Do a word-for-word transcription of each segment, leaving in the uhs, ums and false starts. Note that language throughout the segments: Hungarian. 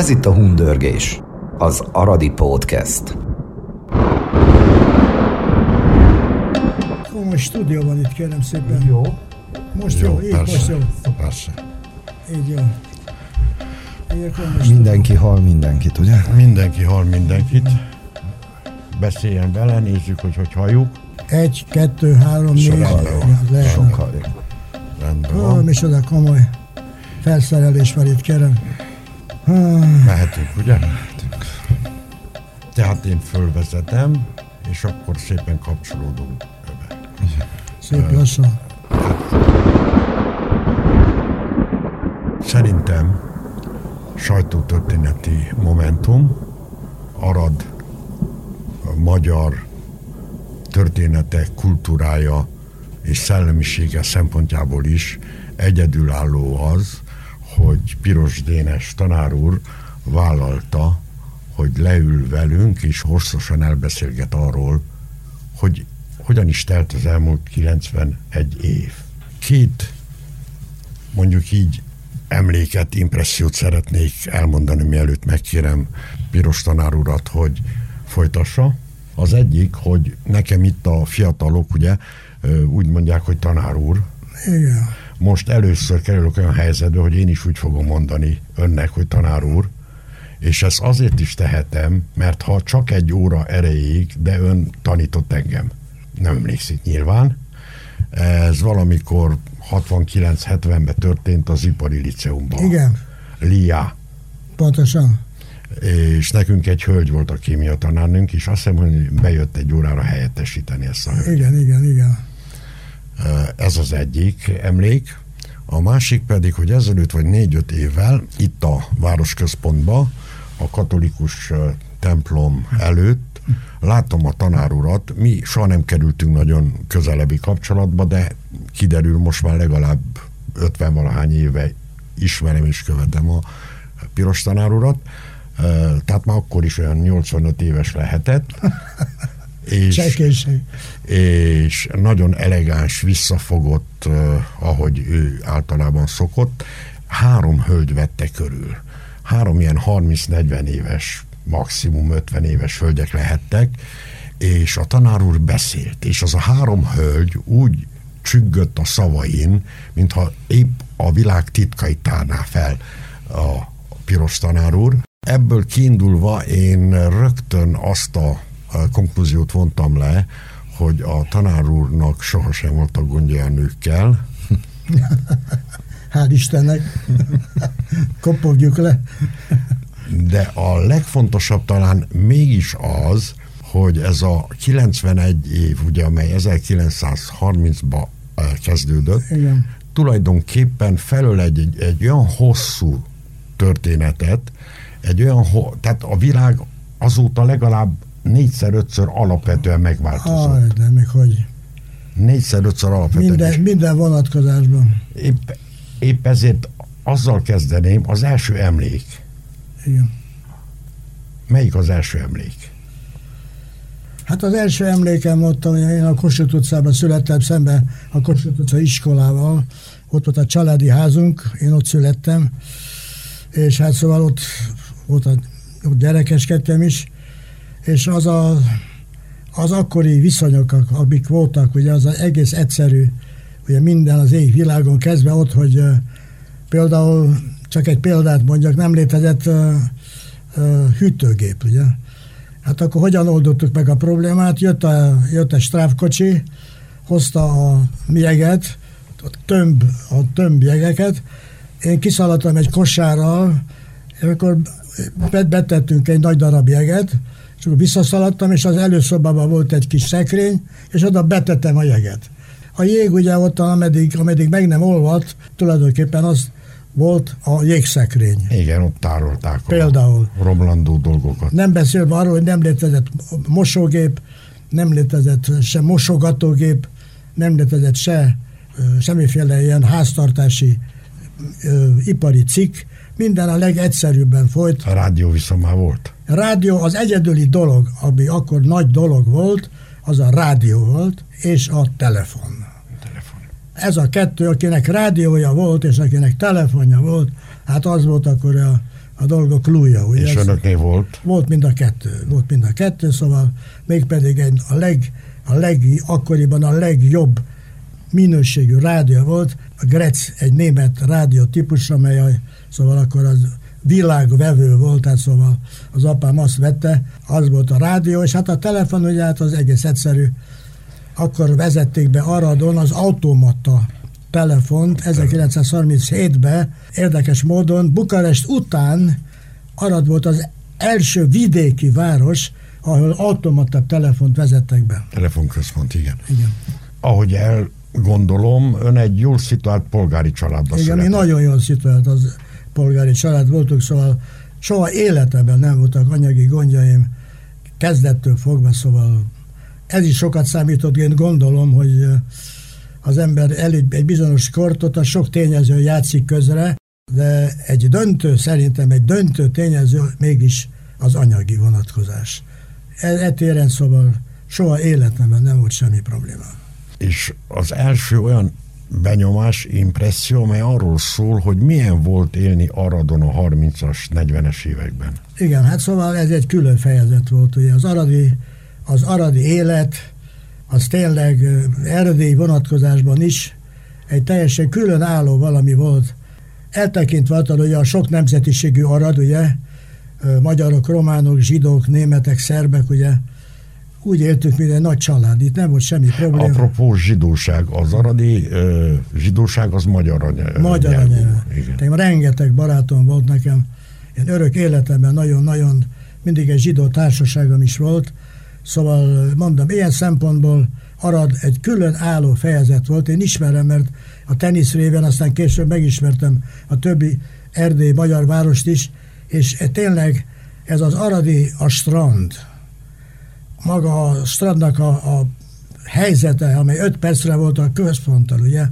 Ez itt a Hundörgés, az Aradi Podcast. Ó, most stúdió van itt, kérem szépen. Jó. Most jó, jó így persze, most jó. Persze. Így jó. Mindenki hall mindenkit, ugye? Mindenki hall mindenkit. Beszéljen vele, nézzük, hogy hogy halljuk. Egy, kettő, három, négy. Sokkal Sokkal jó. Rendben Ó, van. micsoda komoly felszerelés van itt, kérem. Mehetünk, ugye? Tehát én fölvezetem, és akkor szépen kapcsolódunk ebbe. Szép lassan. Szerintem sajtótörténeti momentum, Arad a magyar történetek, kultúrája és szellemisége szempontjából is egyedülálló az, hogy Piros Dénes tanár úr vállalta, hogy leül velünk és hosszasan elbeszélget arról, hogy hogyan is telt az elmúlt kilencvenegy év. Két, mondjuk így, emléket, impressziót szeretnék elmondani, mielőtt megkérem Piros tanár urat, hogy folytassa. Az egyik, hogy nekem itt a fiatalok, ugye, úgy mondják, hogy tanár úr. Igen. Most először kerülök olyan helyzetbe, hogy én is úgy fogom mondani önnek, hogy tanár úr, és ezt azért is tehetem, mert ha csak egy óra erejéig, de ön tanított engem. Nem emlékszik nyilván. Ez valamikor hatvankilenc-hetvenben történt az Ipari Liceumban. Igen. Lia. Pontosan. És nekünk egy hölgy volt a kémia tanárnőnk, és azt hiszem, hogy bejött egy órára helyettesíteni ezt a hölgyet. Igen, igen, igen. Ez az egyik emlék. A másik pedig, hogy ezelőtt vagy négy-öt évvel itt a városközpontban, a katolikus templom előtt láttam a tanár urat. Mi soha nem kerültünk nagyon közelebbi kapcsolatba, de kiderül, most már legalább ötven-valahány éve ismerem és követem a Piros tanár urat. Tehát már akkor is olyan nyolcvanöt éves lehetett. És, és nagyon elegáns, visszafogott, uh, ahogy ő általában szokott. Három hölgy vette körül. Három ilyen harminc-negyven éves, maximum ötven éves hölgyek lehettek, és a tanár úr beszélt, és az a három hölgy úgy csüggött a szavain, mintha épp a világ titkait tárná fel a Piros tanár úr. Ebből kiindulva én rögtön azt a a konklúziót vontam le, hogy a tanár úrnak sohasem volt a gondja a nőkkel. Hál' Istennek. Kopogjuk le. De a legfontosabb talán mégis az, hogy ez a kilencvenegy év, ugye, amely ezerkilencszázharmincban kezdődött, igen, tulajdonképpen felől egy, egy, egy olyan hosszú történetet, egy olyan, tehát a világ azóta legalább négyszer-ötször alapvetően megváltozott. Aj, de még hogy. Négyszer-ötször alapvetően. Minden, minden vonatkozásban. Épp, épp ezért azzal kezdeném, az első emlék. Igen. Melyik az első emlék? Hát az első emlékem volt, hogy én a Kossuth utcában születtem, szemben a Kossuth utca iskolával. Ott volt a családi házunk, én ott születtem, és hát szóval ott, ott, a, ott gyerekeskedtem is, és az a, az akkori viszonyok, amik voltak, ugye az egész egyszerű, ugye minden az ég világon kezdve ott, hogy uh, például, csak egy példát mondjak, nem létezett uh, uh, hűtőgép, ugye. Hát akkor hogyan oldottuk meg a problémát? Jött a, jött a stráfkocsi, hozta a jeget, a tömb, a tömbjegeket, én kiszaladtam egy kosárral, és akkor betettünk egy nagy darab jeget, és akkor visszaszaladtam, és az előszobában volt egy kis szekrény, és oda betettem a jeget. A jég ugye ott, ameddig, ameddig meg nem olvadt, tulajdonképpen az volt a jégszekrény. Igen, ott tárolták például a romlandó dolgokat. Nem beszélve arról, hogy nem létezett mosógép, nem létezett se mosogatógép, nem létezett se semmiféle ilyen háztartási ö, ipari cikk, minden a legegyszerűbben folyt. A rádió viszont már volt. A rádió az egyedüli dolog, ami akkor nagy dolog volt, az a rádió volt, és a telefon. telefon. Ez a kettő, akinek rádiója volt, és akinek telefonja volt, hát az volt akkor a, a dolgok lúja. Ugye? És önöknél volt? Volt mind a kettő, volt mind a kettő, szóval mégpedig egy, a, leg, a leg, akkoriban a legjobb minőségű rádió volt, a Gretz, egy német rádió típus, amely a, szóval akkor az világvevő volt, tehát szóval az apám azt vette, az volt a rádió, és hát a telefon ugye hát az egész egyszerű. Akkor vezették be Aradon az automata telefont ezerkilencszázharminchétben, érdekes módon Bukarest után Arad volt az első vidéki város, ahol automata telefont vezettek be. Telefonközpont, igen. Igen. Ahogy elgondolom, ön egy jól szituált polgári családba Igen, született. mi nagyon jól szituált az polgári család voltunk, szóval soha életemben nem voltak anyagi gondjaim kezdettől fogva, szóval ez is sokat számított, én gondolom, hogy az ember elég egy bizonyos kortot, a sok tényező játszik közre, de egy döntő, szerintem egy döntő tényező mégis az anyagi vonatkozás. Etéren szóval soha életemben nem volt semmi probléma. És az első olyan benyomás, impresszió, amely arról szól, hogy milyen volt élni Aradon a harmincas, negyvenes években. Igen, hát szóval ez egy külön fejezet volt, ugye az aradi, az aradi élet, az tényleg erdélyi vonatkozásban is egy teljesen különálló valami volt. Eltekintve attól, hogy a sok nemzetiségű Arad, ugye, magyarok, románok, zsidók, németek, szerbek, ugye, úgy éltük, mint egy nagy család, itt nem volt semmi probléma. Apropó zsidóság, az aradi uh, zsidóság az magyar anyag. Magyar anyag. Rengeteg barátom volt nekem, én örök életemben nagyon-nagyon mindig egy zsidó társaságom is volt, szóval mondom, ilyen szempontból Arad egy külön álló fejezet volt, én ismerem, mert a tenisz réven, aztán később megismertem a többi erdélyi magyar várost is, és tényleg ez az aradi, a strand, maga a strandnak a, a helyzete, amely öt percre volt a központtal, ugye,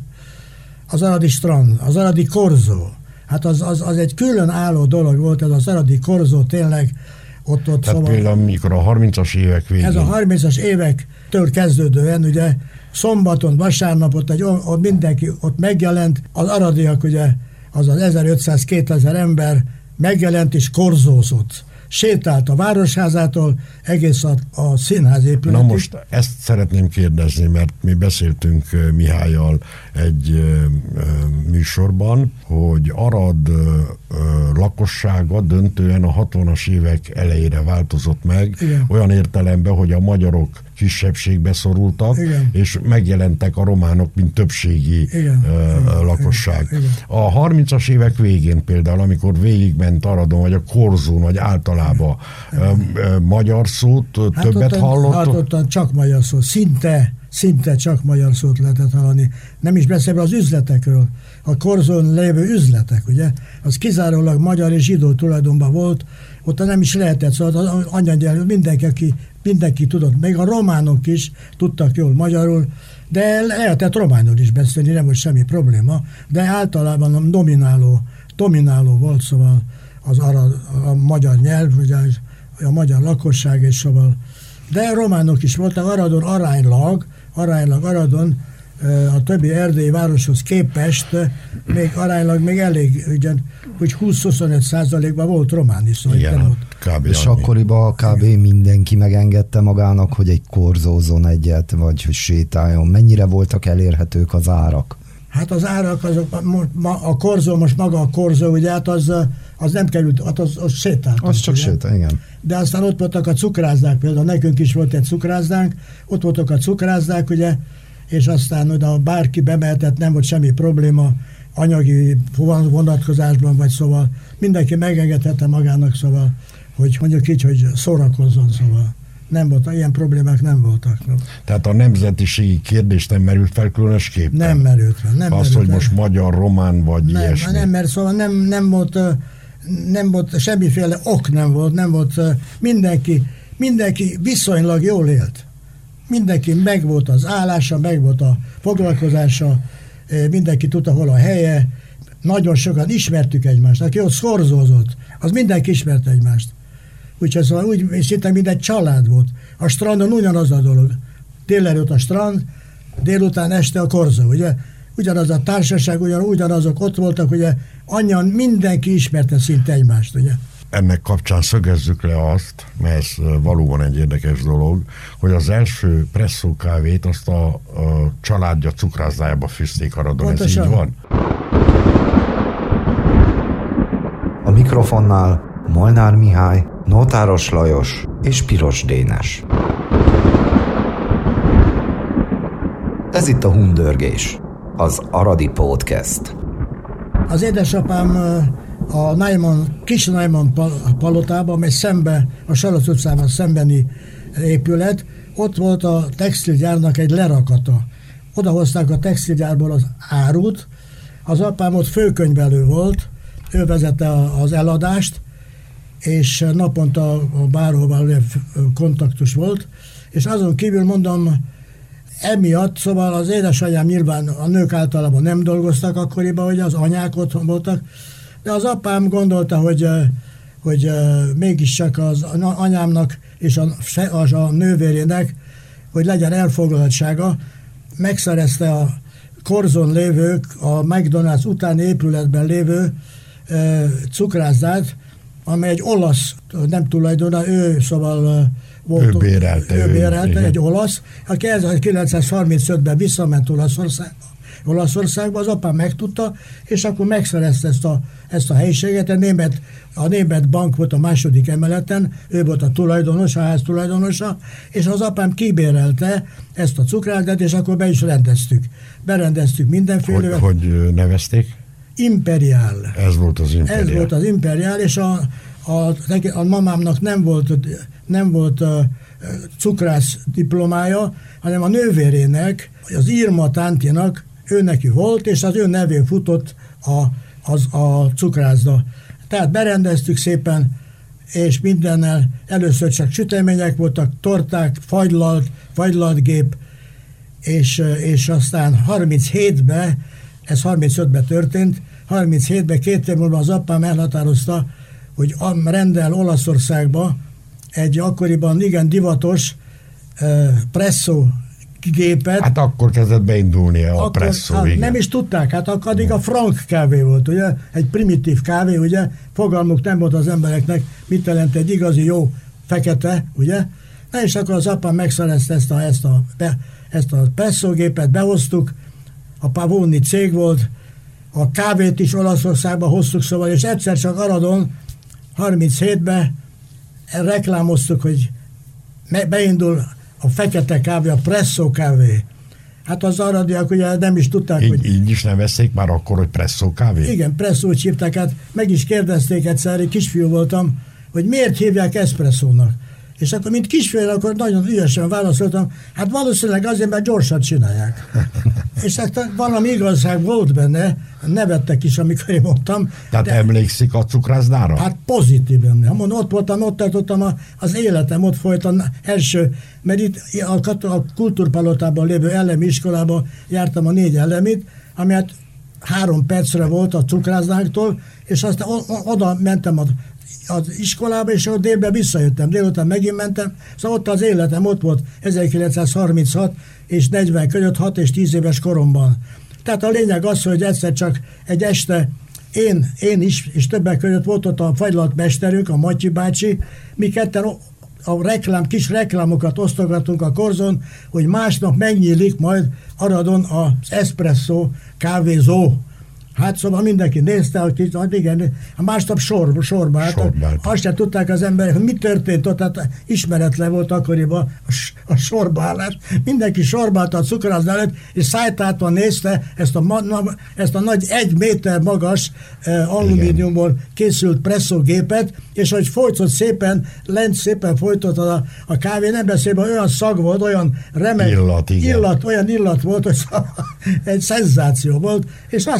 az aradi strand, az aradi korzó, hát az, az, az egy külön álló dolog volt, ez az aradi korzó tényleg ott, ott Tehát szóval, például mikor a harmincas évek végén. Ez a harmincas évektől kezdődően, ugye, szombaton, vasárnapot, egy, ott mindenki ott megjelent, az aradiak, ugye, az az ezerötszáz-kétezer ember megjelent és korzózott. Sétált a Városházától egész a, a színház épületig. Na most ezt szeretném kérdezni, mert mi beszéltünk Mihályal egy ö, ö, műsorban, hogy Arad ö, ö, lakossága döntően a hatvanas évek elejére változott meg, igen, olyan értelemben, hogy a magyarok kisebbségbe szorultak, igen, és megjelentek a románok, mint többségi igen, ö, igen, lakosság. Igen, igen. A harmincas évek végén például, amikor végigment Aradon, vagy a Korzón, vagy általában ö, ö, magyar szót hát többet ottan, hallott? Hát ottan csak magyar szót, szinte, szinte csak magyar szót lehetett hallani. Nem is beszélve az üzletekről. A Korzón lévő üzletek, ugye, az kizárólag magyar és zsidó tulajdonban volt, ott nem is lehetett, szóval az anyanyelvű, mindenki, aki, mindenki tudott, még a románok is tudtak jól magyarul, de lehetett románul is beszélni, nem volt semmi probléma, de általában a domináló, domináló volt, szóval az arad, a magyar nyelv, ugye a magyar lakosság, és szóval, de románok is voltak, Aradon aránylag, aránylag Aradon a többi erdélyi városhoz képest még aránylag még elég, ugyan, hogy húsz-huszonöt százalékban volt román is. Szóval igen, volt. kb. És akkoriban kb. Igen. Mindenki megengedte magának, hogy egy korzózon egyet, vagy hogy sétáljon. Mennyire voltak elérhetők az árak? Hát az árak, azok, a korzó, most maga a korzó, ugye, hát az, az nem került, hát az, az sétáltak. Az csak sétál, igen. De aztán ott voltak a cukrázdák, például nekünk is volt egy cukrázdánk, ott voltak a cukrázdák, ugye, és aztán oda bárki bemehetett, nem volt semmi probléma anyagi vonatkozásban, vagy szóval mindenki megengedhette magának, szóval, hogy mondjuk így, hogy szórakozzon, szóval. Nem volt, ilyen problémák nem voltak. Tehát a nemzetiségi kérdés nem merült fel különösképpen? Nem merült fel. Nem Azt, merült hogy fel. most magyar, román vagy nem, ilyesmi? Nem, mert szóval nem, nem volt, nem volt, semmiféle ok nem volt, nem volt, mindenki, mindenki viszonylag jól élt. Mindenki megvolt az állása, megvolt a foglalkozása, mindenki tudta, hol a helye, nagyon sokan ismertük egymást, aki ott szorzózott, az mindenki ismerte egymást. Úgyhogy szóval úgy szinte mindegy család volt. A strandon ugyanaz a dolog. Délelőtt a strand, délután este a korzó, ugye? ugyanaz a társaság, ugyan, ugyanazok ott voltak, ugye annyian mindenki ismerte szinte egymást, ugye. Ennek kapcsán szögezzük le azt, mert ez valóban egy érdekes dolog, hogy az első presszó kávét azt a, a családja cukrászdájába fűzték Aradon. Ez így van? A mikrofonnál Molnár Mihály, Nótáros Lajos és Piros Dénes. Ez itt a Hundörgés, az Aradi Podcast. Az édesapám a Naiman, kis Naiman palotában, amely szembe, a Sarac utcában szembeni épület, ott volt a textilgyárnak egy lerakata. Oda hozták a textilgyárból az árut, az apám ott főkönyvelő volt, ő vezette az eladást, és naponta a bárhol kontaktus volt, és azon kívül mondom, emiatt, szóval az édesanyám nyilván a nők általában nem dolgoztak akkoriban, hogy az anyák otthon voltak, de az apám gondolta, hogy, hogy mégiscsak az anyámnak és a, a nővérének, hogy legyen elfoglaltsága, megszerezte a Korzon lévő, a McDonald's utáni épületben lévő e, cukrászdát, amely egy olasz, nem tulajdona, ő szóval volt, ő bérelte, ő bérelte ő, egy olasz, aki ezerkilencszázharmincötben visszament Olaszországba, Olaszországba, az apám megtudta, és akkor megszerezte ezt a, ezt a helyiséget, a német, a német bank volt a második emeleten, ő volt a tulajdonos, a ház tulajdonosa, és az apám kibérelte ezt a cukrászdát, és akkor be is rendeztük. Berendeztük mindenféle. Hogy, hogy nevezték? Imperiál. Ez volt az Imperiál. Ez volt az Imperiál, és a, a, a mamámnak nem volt, nem volt uh, cukrász diplomája, hanem a nővérének, az Irma Tántinak, ő neki volt, és az ő nevén futott a, az, a cukrászda. Tehát berendeztük szépen, és mindennel először csak sütemények voltak, torták, fagylalt, fagylaltgép, és, és aztán harminchétben, ez harmincötben történt, harminchétben, két év múlva az apám elhatározta, hogy rendel Olaszországba egy akkoriban igen divatos uh, presszó gépet. Hát akkor kezdett beindulni a akkor, presszó, hát igen. Nem is tudták, hát akkor addig a frank kávé volt, ugye? Egy primitív kávé, ugye? Fogalmuk nem volt az embereknek, mit jelent egy igazi jó fekete, ugye? Na és akkor az apám megszerezte ezt a, ezt a, be, ezt a presszógépet, behoztuk, a Pavoni cég volt, a kávét is Olaszországba hoztuk, szóval, és egyszer csak Aradon harminchétben reklámoztuk, hogy beindul a fekete kávé, a presszó kávé. Hát az aradiak ugye nem is tudták, így, hogy... Így is nevezték már akkor, hogy presszó kávé? Igen, presszót hívták, hát meg is kérdezték egyszer, egy kisfiú voltam, hogy miért hívják eszpresszónak. És akkor, mint kisfiú, akkor nagyon ügyesen válaszoltam, hát valószínűleg azért, mert gyorsan csinálják. És hát valami igazság volt benne, nevettek is, amikor én mondtam. Tehát de, emlékszik a cukrászdára? Hát pozitíven. Mondom, ott voltam, ott tartottam a, az életem, ott folyt az első, mert itt a, a kultúrpalotában lévő elemi iskolában jártam a négy elemit, ami hát három percre volt a cukrászdáktól, és aztán oda mentem a az iskolába, és ott délben visszajöttem. Délután megint mentem, szóval ott az életem ott volt ezerkilencszázharminchat és negyven között, hat és tíz éves koromban. Tehát a lényeg az, hogy egyszer csak egy este én, én is, és többek között volt ott a fagylalt mesterünk, a Matyi bácsi, mi ketten a reklám, kis reklámokat osztogatunk a Korzon, hogy másnap megnyílik majd Aradon az espresszó kávézó. Hát szóval mindenki nézte, hogy igen, másnap sor, sorba állt. Azt sem tudták az emberek, hogy mi történt ott, hát ismeretlen volt akkoriban a, a sorba állás. Mindenki sorba állt a cukrászda előtt, és szájtától nézte ezt a, ezt a nagy egy méter magas eh, alumíniumból készült presszógépet, és hogy folytott szépen, lent szépen folytott a, a kávé, nem beszélve, olyan szag volt, olyan remek illat, illat, olyan illat volt, hogy egy szenzáció volt, és aztán akkor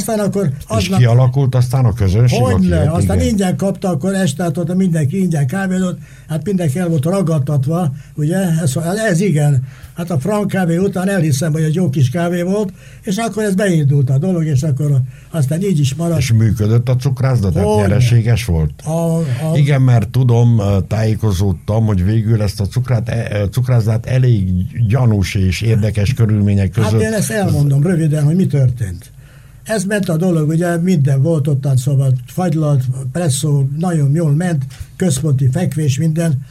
akkor... És kialakult aztán a közönség? Hogyne, aztán igen. ingyen kapta, akkor este ott mindenki ingyen kávézott, hát mindenki el volt ragadtatva, ugye, ez, ez igen. Hát a frank kávé után elhiszem, hogy egy jó kis kávé volt, és akkor ez beindult a dolog, és akkor aztán így is maradt. És működött a cukrászda, tehát nyereséges volt? A, a... Igen, mert tudom, tájékozódtam, hogy végül ezt a cukrát, cukrászdát elég gyanús és érdekes körülmények között... Hát én ezt elmondom röviden, hogy mi történt. Ez ment a dolog, ugye minden volt ottan, szóval fagylalt, presszó, nagyon jól ment, központi fekvés, minden.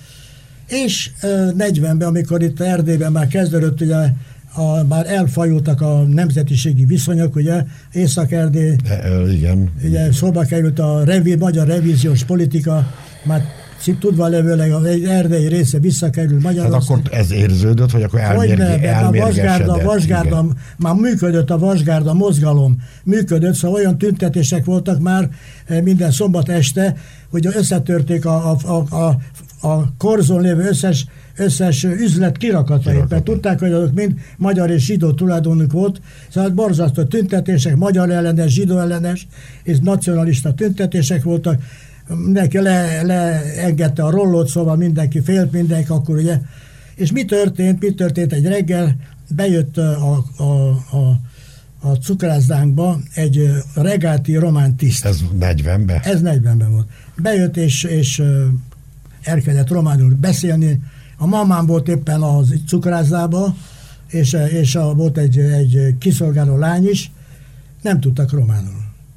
És negyvenben, amikor itt Erdélyben már kezdődött, ugye a, már elfajultak a nemzetiségi viszonyok, ugye Észak-Erdély, e, igen. Ugye szóba került a revi, magyar revíziós politika, már tudva levőleg az erdélyi része visszakerül Magyarország. Hát akkor ez érződött, hogy akkor elmérge, elmérgesedett. A vasgárda, már működött a vasgárda mozgalom, működött, szóval olyan tüntetések voltak már minden szombat este, hogy összetörték a, a, a, a, a korzón lévő összes, összes üzlet kirakatait, mert tudták, hogy azok mind magyar és zsidó tulajdonuk volt, szóval borzasztó tüntetések, magyar ellenes, zsidó ellenes és nacionalista tüntetések voltak, mindenki le, leengedte a rollót, szóval mindenki félt, mindenki akkor ugye. És mi történt? Mi történt? Egy reggel bejött a, a, a, a cukrászdánkba egy regáti román tiszt. Ez negyvenben? Ez negyvenben volt. Bejött és, és elkezdett románul beszélni. A mamám volt éppen a cukrászdába, és, és a, volt egy, egy kiszolgáló lány is, nem tudtak románul.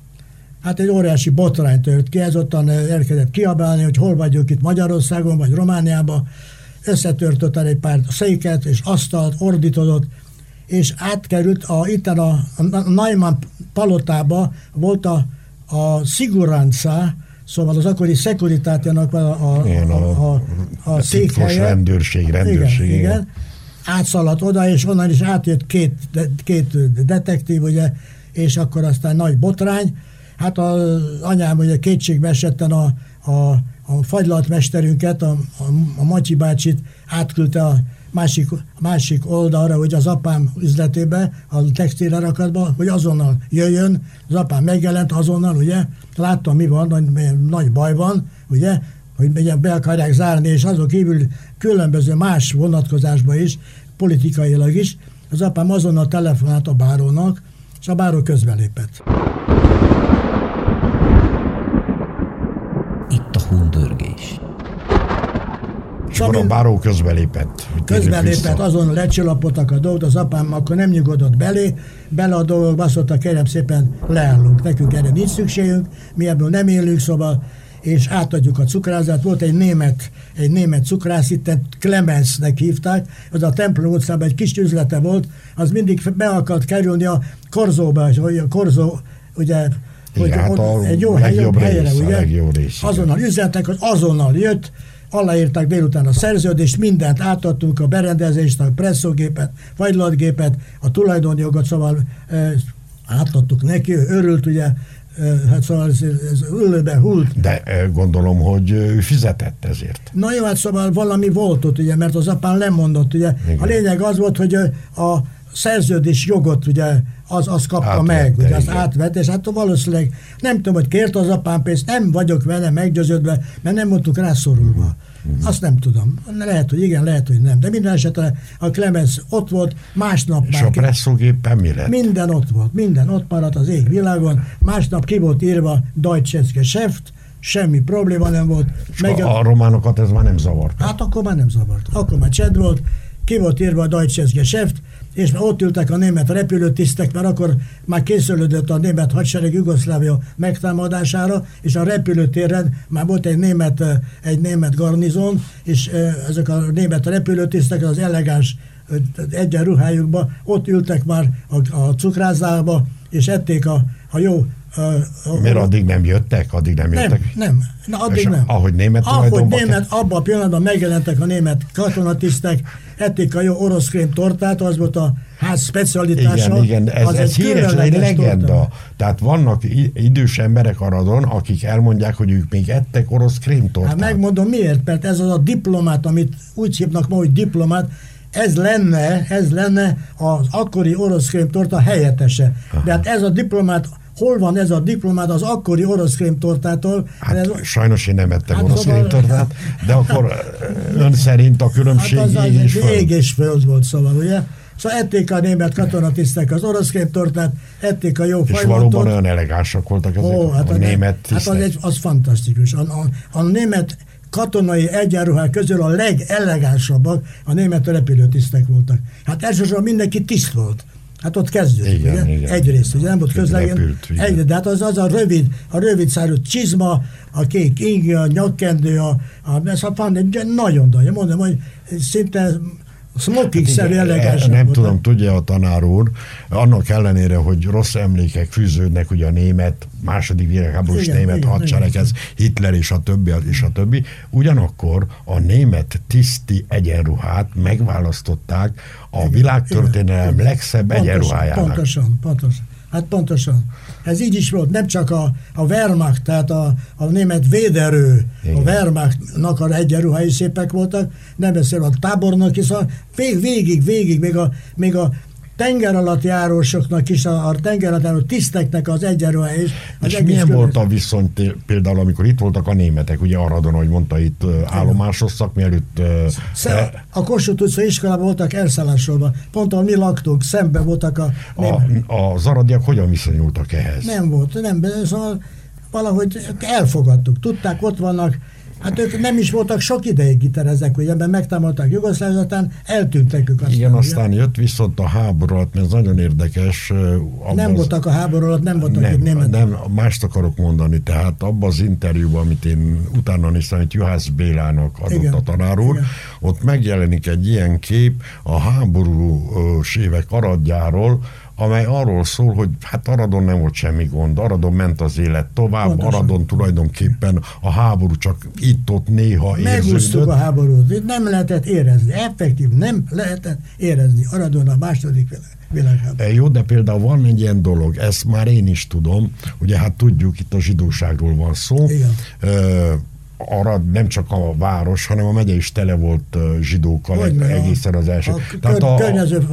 Hát egy óriási botrány tört ki, ezután elkezdett kiabálni, hogy hol vagyok itt Magyarországon, vagy Romániában. Összetört egy pár széket, és asztalt, ordítodott, és átkerült, a, itten a, a Neumann palotába volt a, a Siguranza, szóval az akkori Securitátiának a, a, igen, a, a, a, a székhelye. rendőrség, rendőrség. Igen, igen. Átszaladt oda, és onnan is átjött két, két detektív, ugye, és akkor aztán nagy botrány. Hát az anyám ugye kétségbe esetten a, a, a fagylaltmesterünket, a, a, a Matyi bácsit átküldte a másik, másik oldalra, hogy az apám üzletébe, a textilerakatba, hogy azonnal jöjjön. Az apám megjelent azonnal, ugye, látta mi van, nagy, nagy baj van, ugye, hogy ugye be akarják zárni, és azon kívül különböző más vonatkozásban is, politikailag is. Az apám azonnal telefonált a bárónak, és a báró közbelépett. Itt a hundörgés. És akkor a báró közbelépett. Közbelépett, azon lecsillapodtak a dolgok, az apám akkor nem nyugodott belé, bele a dolgok, azt mondta, kérem szépen, leállunk, nekünk erre nincs szükségünk, mi ebből nem élünk, szóval, és átadjuk a cukrászat. Volt egy német, egy német cukrász, itt Clemensnek hívták, az a Templom utcában egy kis üzlete volt, az mindig be akart kerülni a Korzóba, hogy a Korzó, ugye, hogy igen, hát a egy jó, legjobb helyre, rész, ugye? Rész, azonnal üzentek, hogy azonnal jött, aláírták délután a szerződést, mindent átadtunk, a berendezést, a presszógépet, fagylatgépet, a tulajdonjogot, szóval e, átadtuk neki, ő örült, ugye, e, hát szóval ez, ez ülőbe hult. De e, gondolom, hogy ő fizetett ezért. Na jó, hát szóval valami volt ott, ugye, mert az apám lemondott, ugye. Igen. A lényeg az volt, hogy a szerződés jogot, ugye, az, az kapta átvette, meg, ugye, azt átvett, és hát valószínűleg nem tudom, hogy kért az apám pénzt, nem vagyok vele meggyőződve, mert nem voltunk rászorulva. Mm-hmm. Azt nem tudom. Lehet, hogy igen, lehet, hogy nem. De minden esetre a Clemens ott volt, másnap és már... És a presszógépen mi lett? Minden ott volt, minden ott maradt az égvilágon, másnap ki volt írva Deutsches Geschäft, semmi probléma nem volt. Meg a, a románokat ez már nem zavart. Hát akkor már nem zavart. Akkor már csend volt, ki volt írva a Deutsches Geschäft, és már ott ültek a német repülőtisztek, mert akkor már készülődött a német hadsereg Jugoszlávia megtámadására, és a repülőtéren már volt egy német, egy német garnizon, és ezek a német repülőtisztek az elegáns egyenruhájukba, ott ültek már a, a cukrászdába, és ették a, a jó... A, a, Miért addig nem jöttek? Addig nem jöttek? Nem, nem. Na, addig és nem. Ahogy német Ahogy német, abban a pillanatban megjelentek a német katonatisztek, ették a jó orosz krém tortát, az volt a ház specialitása. Igen, igen, ez, ez, ez híres, egy legenda. Torta. Tehát vannak idős emberek Aradon, akik elmondják, hogy ők még ettek orosz krém tortát. Hát megmondom miért, mert ez az a diplomát, amit úgy hívnak ma, hogy diplomát, ez lenne, ez lenne az akkori orosz krém torta helyettese. Aha. De hát ez a diplomát hol van ez a diplomát az akkori orosz krémtortától. Hát ez, sajnos én nem ettem hát orosz szóval, krémtortát, de akkor ön szerint a különbség hát az ég és föld. Ég és föld volt, szóval, ugye? Szóval ették a német katonatisztek az orosz krémtortát, ették a jó és fajlatot. valóban olyan elegánsak voltak ezek Ó, hát a, a német tisztek. Hát az, egy, az fantasztikus. A, a, a német katonai egyenruhák közül a legelegánsabbak a német repülőtisztek voltak. Hát elsősorban mindenki tiszt volt. Hát ott kezdődött, igen, ugye? Igen. Egyrészt, ugye nem volt közlegény. Egy, de hát az, az a rövid, a rövid szárú csizma, a kék ing, a nyakkendő, a, a, ez a fan, nagyon nagyon, mondom, hogy szinte smoking-szerű hát elegánsak nem voltak. tudom, tudja a tanár úr, annak ellenére, hogy rossz emlékek fűződnek, ugye a német, második világháborús német igen, hadsereghez, Hitler és a többi, és a többi, ugyanakkor a német tiszti egyenruhát megválasztották a igen, világtörténelem igen, legszebb pontosan, egyenruhájának. Pontosan, pontosan. Hát pontosan. Ez így is volt, nem csak a, a Wehrmacht, tehát a, a német véderő, igen. A Wehrmachtnak a egyenruhái szépek voltak, nem beszél a tábornok, hisz a végig, végig, még a, még a tenger alatt járósoknak is, a, a tenger alatt járó tiszteknek az egyenruha is. Az és milyen körül... volt a viszony például, amikor itt voltak a németek, ugye Aradon, ahogy mondta, itt állomásoztak, mielőtt... Sze, a Kossuth utca iskolában voltak elszállásolva, pont ahol mi laktunk, szemben voltak a... A, a zaradiak hogyan viszonyultak ehhez? Nem volt, nem, szóval valahogy elfogadtuk, tudták, ott vannak. Hát ők nem is voltak sok ideig giterezek, ugye, mert megtámadták Jugoszláviát, aztán eltűntek ők. Aztán, igen, ugye? Aztán jött viszont a háború alatt, mert ez nagyon érdekes. Nem voltak a háború alatt, nem voltak nem, itt németek. Nem, mást akarok mondani, tehát abban az interjúban, amit én utána néztem, amit Juhász Bélának adott igen, a tanár úr, igen. Ott megjelenik egy ilyen kép a háborús évek Aradjáról, amely arról szól, hogy hát Aradon nem volt semmi gond, Aradon ment az élet tovább, pontosan. Aradon tulajdonképpen a háború csak itt-ott néha érződött. Megúsztuk a háborút, itt nem lehetett érezni, effektív nem lehetett érezni Aradon a második világháború. Jó, de például van egy ilyen dolog, ezt már én is tudom, ugye hát tudjuk, itt a zsidóságról van szó. Igen. Uh, Arad nem csak a város, hanem a megye is tele volt zsidókkal hogy egészen az első. A, Tehát a,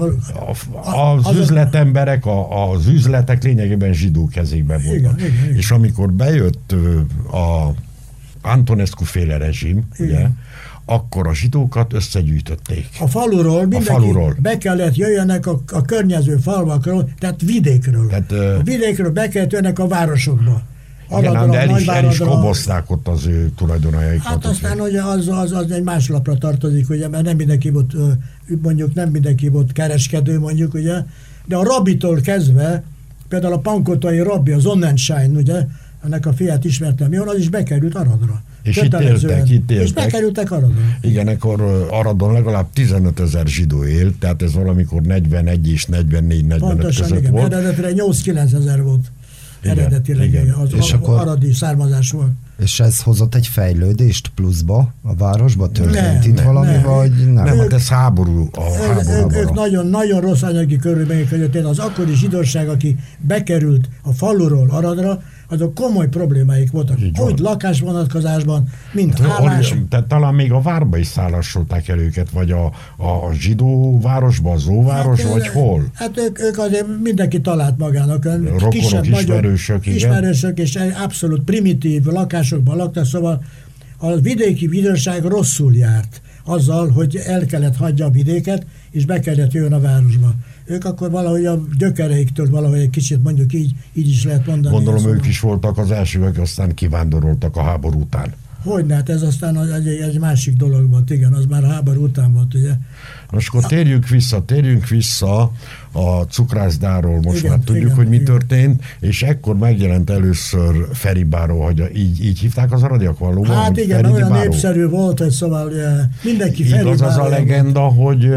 a, a, az, az üzletemberek, a, az üzletek lényegében zsidó kezékben voltak. Igen, igen, és amikor bejött a Antonescu féle rezsim, ugye, akkor a zsidókat összegyűjtötték. A faluról mindenki a faluról. Be kellett jöjjenek a, a környező falvakról, tehát vidékről. Tehát, a vidékről be kellett jöjjenek a városokba. Aradra, igen, de el is, el is kobozták ott az ő tulajdonaikat. Hát aztán ugye az, az, az egy más lapra tartozik, ugye, mert nem mindenki volt, mondjuk nem mindenki volt kereskedő, mondjuk, ugye, de a rabitól kezdve, például a pankotai rabbi, az Onnenschein, ugye, ennek a fiát ismertem jól, az is bekerült Aradra. És itt éltek, itt éltek. És bekerültek Aradra. Igen, akkor Aradon legalább tizenöt ezer zsidó élt, tehát ez valamikor negyvenegy és negyvennégy negyvenöt pontosan, között igen, volt. Eredetileg nyolc-kilenc ezer volt. Igen, eredetileg igen. Az és akkor, aradi származás volt. És ez hozott egy fejlődést pluszba a városba? Történt nem, itt nem, valami, nem. vagy nem? Nem, hát ez háború. A háború ők, ők nagyon, nagyon rossz anyagi körülmények között. Az akkori zsidóság, aki bekerült a faluról Aradra, azok komoly problémáik voltak. Úgy lakásvonatkozásban, mint hát, állás. Tehát talán még a várba is szállásolták el őket, vagy a, a zsidó városba, az óváros, hát, vagy hol? Hát ők, ők azért mindenki talált magának. Rokonok, kisebb, ismerősök, igen. Ismerősök, és abszolút primitív lakásokban laktak, szóval a vidéki vidőság rosszul járt azzal, hogy el kellett hagyja a vidéket, és be kellett jön a városba. Ők akkor valahogy a gyökereiktől valahogy egy kicsit mondjuk így, így is lehet mondani. Gondolom ők is voltak az elsők, aztán kivándoroltak a háború után. Hogyne, hát ez aztán egy, egy másik dolog volt, igen, az már a háború után volt, ugye. Most akkor térjünk vissza, térjünk vissza a cukrászdáról, most igen, már tudjuk, igen, hogy mi igen. történt, és ekkor megjelent először Feri Báró, hogy így, így hívták az aradiak valóban? Hát igen, Feri olyan Báró. Népszerű volt, hogy szóval mindenki Feri Igaz Báró. Az a legenda, hogy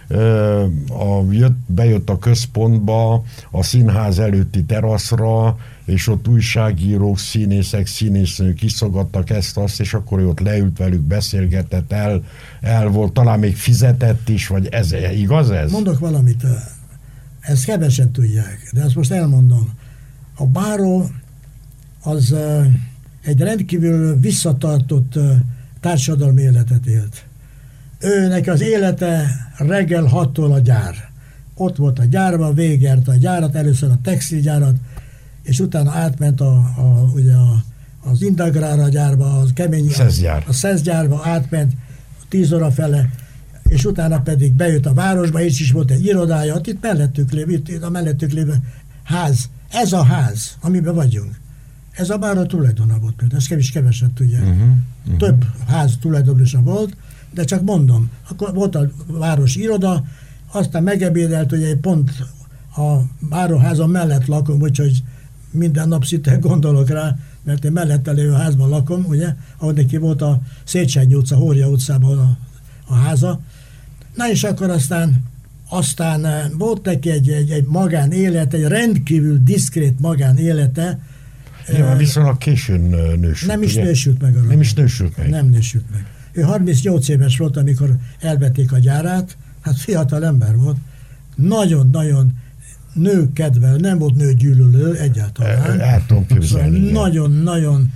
a, jött, bejött a központba, a színház előtti teraszra, és ott újságírók, színészek, színésznők kiszogattak ezt-azt, és akkor ő ott leült velük, beszélgetett, el, el volt, talán még fizetett is, vagy ez, igaz ez? Mondok valamit, ezt kevesen tudják, de ezt most elmondom. A Báró az egy rendkívül visszatartott társadalmi életet élt. Őnek az élete reggel hattól a gyár. Ott volt a gyárban, végigjárta a gyárat, először a textilgyárat, és utána átment a, a, ugye a, az Indagrára gyárba, a kemény... Szeszgyár. A Szeszgyárba átment tíz óra fele, és utána pedig bejött a városba, és is volt egy irodája, ott itt mellettük lévő, itt a mellettük lévő ház. Ez a ház, amiben vagyunk. Ez a báró tulajdona volt például, ezt kevés keveset tudják. Uh-huh, uh-huh. Több ház tulajdonosa volt, de csak mondom, akkor volt a városi iroda, aztán megebédelt, ugye pont a báróházon mellett lakom, úgyhogy minden nap szinte gondolok rá, mert én mellette lévő házban lakom, ugye, ahol neki volt a Széchenyi utca, Hória utcában a, a háza. Na és akkor aztán, aztán volt neki egy, egy, egy magánélete, egy rendkívül diszkrét magánélete. Ja, viszonylag későn nősült. Nem is ugye? nősült meg. Nem is nősült meg. Nem nősült meg. Ő harmincnyolc éves volt, amikor elvették a gyárát, hát fiatal ember volt. Nagyon-nagyon nőkedvel, nem volt nőgyűlölő egyáltalán. El tudom képzelni. Nagyon-nagyon,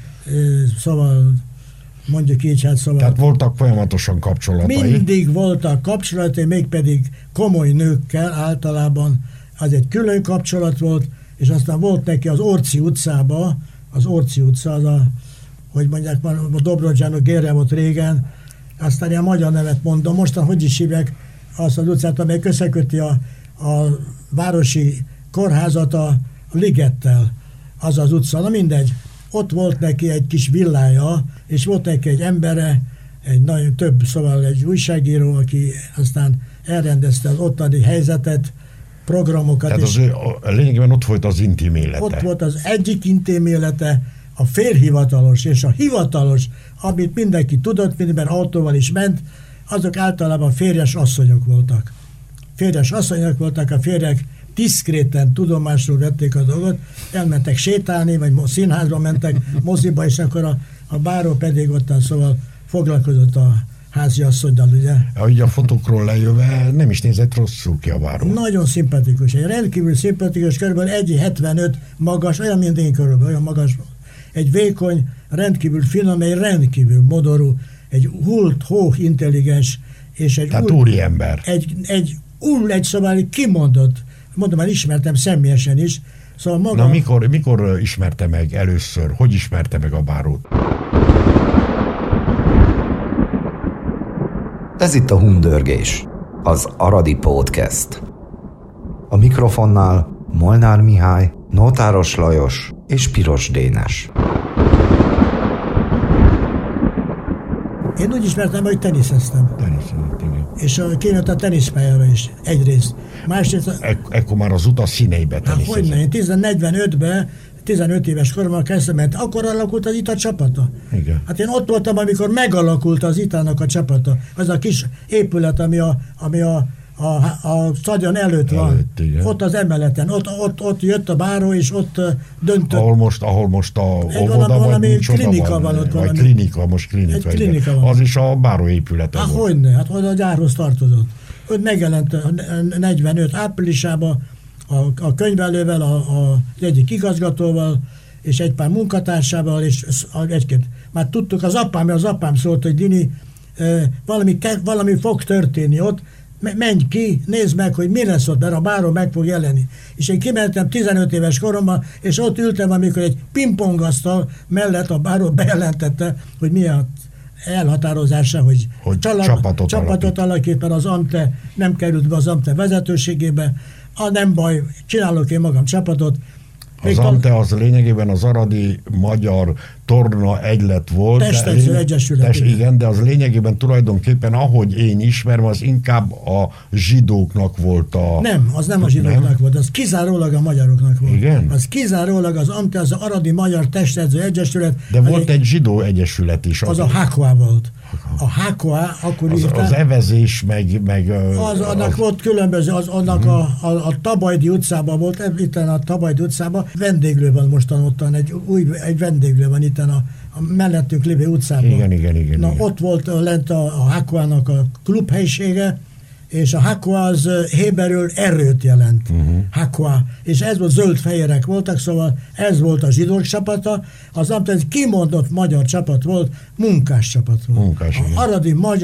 szóval mondjuk így, hát szóval... Tehát voltak folyamatosan kapcsolatai. Mindig voltak kapcsolatai, mégpedig komoly nőkkel általában. Az egy külön kapcsolat volt, és aztán volt neki az Orci utcába, az Orci utca, az a, hogy mondják, a Dobrodzsánok Gérre volt régen, aztán ilyen magyar nevet mondom, mostan hogy is hívják azt az utcát, amely összeköti a, a városi kórházat a Ligettel, az az utca, na mindegy. Ott volt neki egy kis villája, és volt neki egy embere, egy nagyon több, szóval egy újságíró, aki aztán elrendezte az ottani helyzetet, programokat. Tehát az ő, a lényegében ott volt az intim élete. Ott volt az egyik intim élete, a félhivatalos és a hivatalos, amit mindenki tudott, mindenben autóval is ment, azok általában férjes asszonyok voltak. Férjes asszonyok voltak, a férjek diszkréten tudomásul vették a dolgot, elmentek sétálni, vagy színházba mentek, moziba, és akkor a, a báró pedig ottan szóval foglalkozott a háziasszonydal, ugye. Ahogy a fotókról lejövve nem is nézett rosszul ki a báró. Nagyon szimpatikus, egy rendkívül szimpatikus, körülbelül egy hetvenöt magas, olyan, mint én körülbelül, olyan magas. Egy vékony, rendkívül finom, egy rendkívül modorú, egy hult, hóh, intelligens, és egy Tehát úri ember. Egy, egy úr, egy szóval kimondott, mondom, már ismertem személyesen is, szóval maga... Na, mikor, mikor ismerte meg először? Hogy ismerte meg a bárót? Ez itt a Hundörgés, az Aradi Podcast. A mikrofonnál Molnár Mihály, Nótáros Lajos és Piros Dénes. Én úgy ismertem, hogy teniszeztem. Teniszezett, igen. És kijött a teniszpályára is, egyrészt. Másrészt... Ek- ekkor már az utas színeibe teniszezett. Hogyne, én tizennégyben tizenöt éves koromban kezdtem, mert akkor alakult az ITA csapata. Igen. Hát én ott voltam, amikor megalakult az ITA-nak a csapata. Az a kis épület, ami a, ami a, a, a stadion előtt van. Előtt, igen. Ott az emeleten. Ott, ott, ott jött a báró, és ott döntött. Ahol most, ahol most a óvoda, vagy nincs klinika van, van ott vagy valami. klinika, most klinika. Egy klinika van. Az is a báró épülete Há, volt. hogyne, hát oda a gyárhoz tartozott. Ott megjelent negyvenöt áprilisában a, a könyvelővel, a, a, az egyik igazgatóval, és egy pár munkatársával, és egy-két. Már tudtuk, az apám, az apám szólt, hogy Dini, valami, valami fog történni ott, menj ki, nézd meg, hogy mi lesz ott, mert a báró meg fog jelenni. És én kimentem tizenöt éves koromban, és ott ültem, amikor egy pingpongasztal mellett a báró bejelentette, hogy mi a elhatározása, hogy, hogy csalap, csapatot, csapatot alakít, mert az Amte nem került be az Amte vezetőségébe. A nem baj, csinálok én magam csapatot. Az Amte az lényegében az Aradi Magyar Torna Egylet volt. Testedző lény... Egyesület. Test, igen, de az lényegében tulajdonképpen, ahogy én ismerem, az inkább a zsidóknak volt a... Nem, az nem a zsidóknak nem? volt, az kizárólag a magyaroknak volt. Igen? Az kizárólag az Amte, az Aradi Magyar Testedző Egyesület. De volt egy, egy zsidó egyesület is. Az a Hákoá volt. A Hákoá, akkor az, írták, az evezés, meg... meg az, annak az... volt különböző, az, annak hmm. a, a, a Tabajdi utcában volt, itt a Tabajdi utcában, vendéglő van mostan ottan, egy új egy vendéglő van itt a, a mellettünk lévő utcában. Igen, igen, igen. Na, igen. ott volt lent a, a Hákoának a klubhelyisége, és a Hákoá az héberül erőt jelent. Uh-huh. Hákoá. És ez volt, zöld-fehérek voltak, szóval ez volt a zsidók csapata, az Amte egy kimondott magyar csapat volt, munkás csapat volt. Munkás, a Aradi Magyar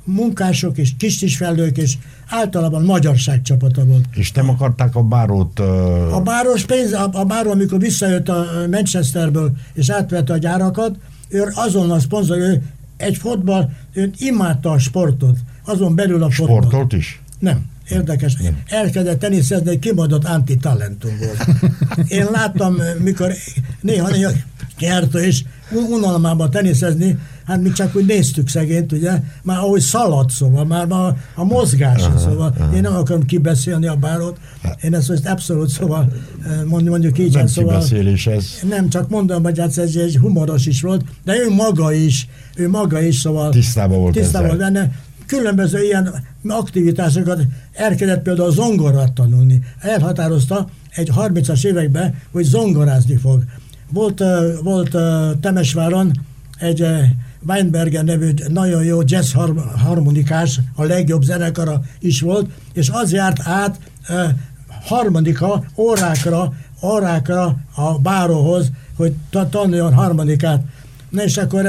munkások és kistisfelők, és általában magyarság csapata volt. És nem akarták a bárót... Uh... A báros pénz, a, a báró, amikor visszajött a Manchesterből, és átvette a gyárakat, ő azonnal szponzor, ő egy fotball, ő imádta a sportot, azon belül a fotball. Sportolt is? Nem. Érdekes. Nem. Elkezdett teniszezni, egy kimondott antitalentum volt. Én láttam, mikor néha, néha nyert, és unalmában teniszezni, hát mi csak úgy néztük szegényt, ugye, már ahogy szaladt, szóval, már, már a mozgása, aha, szóval, aha. Én nem akarom kibeszélni a bárót, én ezt most abszolút, szóval, mondjuk így, nem szóval, kibeszélés ez. Nem, csak mondom, hogy ez egy humoros is volt, de ő maga is, ő maga is, szóval tisztában volt tisztában volt benne. Különböző ilyen aktivitásokat elkezdett például zongorát tanulni. Elhatározta egy harmincas években, hogy zongorázni fog. Volt, uh, volt uh, Temesváron egy uh, Weinberger nevű nagyon jó jazz harmonikás, a legjobb zenekara is volt, és az járt át uh, harmonika órákra, órákra a báróhoz, hogy tanuljon harmonikát. Na és akkor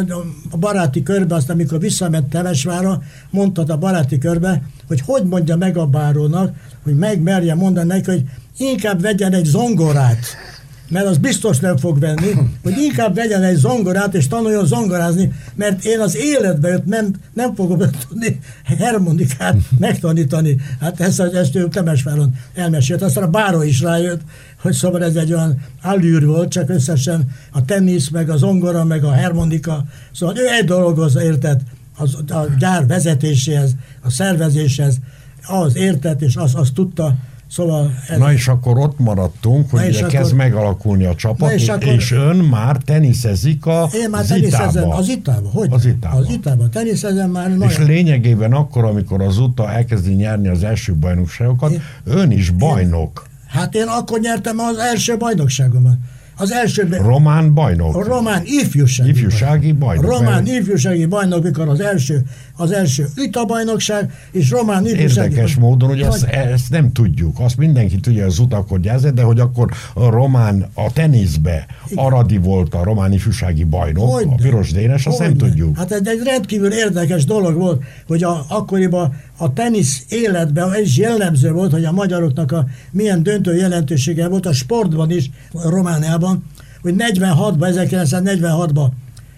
a baráti körbe, azt amikor visszament Temesvárra, mondta a baráti körbe, hogy hogy mondja meg a bárónak, hogy megmerje mondani neki, hogy inkább vegyen egy zongorát, mert az biztos nem fog venni, hogy inkább vegyen egy zongorát, és tanuljon zongorázni, mert én az életben őt nem, nem fogom tudni harmonikát megtanítani. Hát ezt, ezt ő Temesváron elmesélt. Aztán a báró is rájött, hogy szóval ez egy olyan allűr volt, csak összesen a tenisz, meg a zongora, meg a harmonika. Szóval ő egy dologhoz értett, az, a gyár vezetéséhez, a szervezéshez, az értett, és azt, azt tudta. Szóval ez... Na és akkor ott maradtunk, hogy ugye akkor... kezd megalakulni a csapat, és, akkor... és ön már teniszezik a Én már teniszezem az Itába, hogy? Az Itába. Az Itába teniszezem már. És nagyon... lényegében akkor, amikor az Uta elkezdi nyerni az első bajnokságokat, én... ön is bajnok. Én... Hát én akkor nyertem az első bajnokságomat. Az első... Román bajnok. A román ifjúsági, ifjúsági bajnok. bajnok. Román mert... ifjúsági bajnok, mikor az első, az első Ita bajnokság, és román ifjúsági... Érdekes módon, hogy ezt, ezt nem tudjuk. Azt mindenki tudja, az Uta akkor gyázott, de hogy akkor a román, a teniszbe Aradi volt a román ifjúsági bajnok, Hogyne. a Piros Dénes, azt Hogyne. nem tudjuk. Hát ez egy rendkívül érdekes dolog volt, hogy a, akkoriban a tenisz életben ez jellemző volt, hogy a magyaroknak a milyen döntő jelentősége volt a sportban is, a Romániában, hogy negyvenhatban, ezerkilencszáznegyvenhatban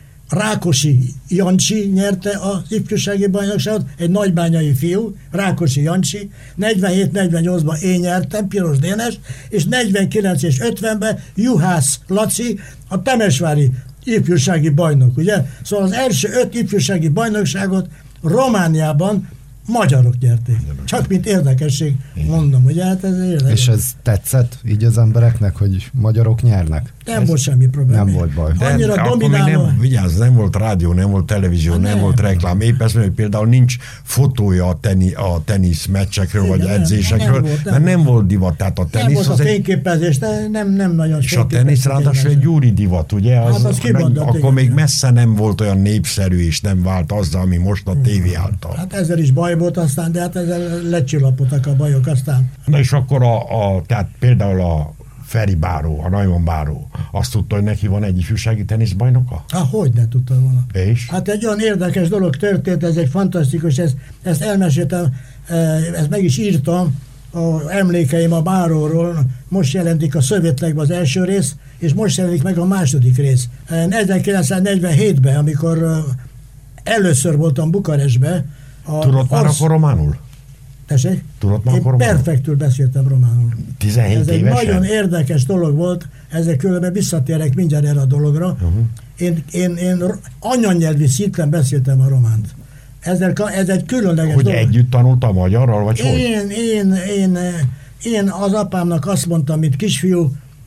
Rákosi Jancsi nyerte az ifjúsági bajnokságot, egy nagybányai fiú, Rákosi Jancsi, negyvenhét negyvennyolcban én nyertem, Piros Dénes, és negyvenkilenc és ötvenben Juhász Laci, a temesvári ifjúsági bajnok, ugye? Szóval az első öt ifjúsági bajnokságot Romániában magyarok nyerték. Csak mint érdekesség mondom, ugye? Hát ez érdekes. És ez tetszett így az embereknek, hogy magyarok nyernek? Nem ez volt semmi probléma. Nem volt baj. De annyira domináló. Nem, vigyázz, nem volt rádió, nem volt televízió, nem, nem volt reklám. Épp ezt mondja, hogy például nincs fotója a, teni, a tenisz meccsekről, igen, vagy nem, edzésekről, nem volt, nem mert nem volt divat. Tehát a tenisz nem volt a egy... fényképezés, de nem, nem nagyon és a tenisz ráadásul egy gyúri divat, ugye? Az, hát az kibondott, akkor igen. még messze nem volt olyan népszerű, és nem vált azzal, ami most a tévé által. Hát ezzel is baj volt aztán, de hát ezzel lecsillapodtak a bajok aztán. Na és akkor a, a tehát például a Feri báró, a Neumann báró, azt tudta, hogy neki van egy ifjúsági teniszbajnoka? Há, hogy ne tudta volna. És? Hát egy olyan érdekes dolog történt, ez egy fantasztikus, ezt, ezt elmeséltem, ezt meg is írtam, a emlékeim a báróról, most jelentik a Szovjetlekben az első rész, és most jelenik meg a második rész. ezerkilencszáznegyvenhétben, amikor először voltam Bukarestbe. Tudod már akkor románul? Tessék? Tudod már Én akkor perfektül beszéltem románul. tizenhét Ez egy évesen? nagyon érdekes dolog volt, ezzel különben visszatérek mindjárt erre a dologra. Uh-huh. Én, én, én anyanyelvi szinten beszéltem a románt. Ezzel, ez egy különleges hogy dolog. Hogy együtt tanult a magyarral, vagy én, hogy? Én, én, én, én az apámnak azt mondtam, mint kisfiú,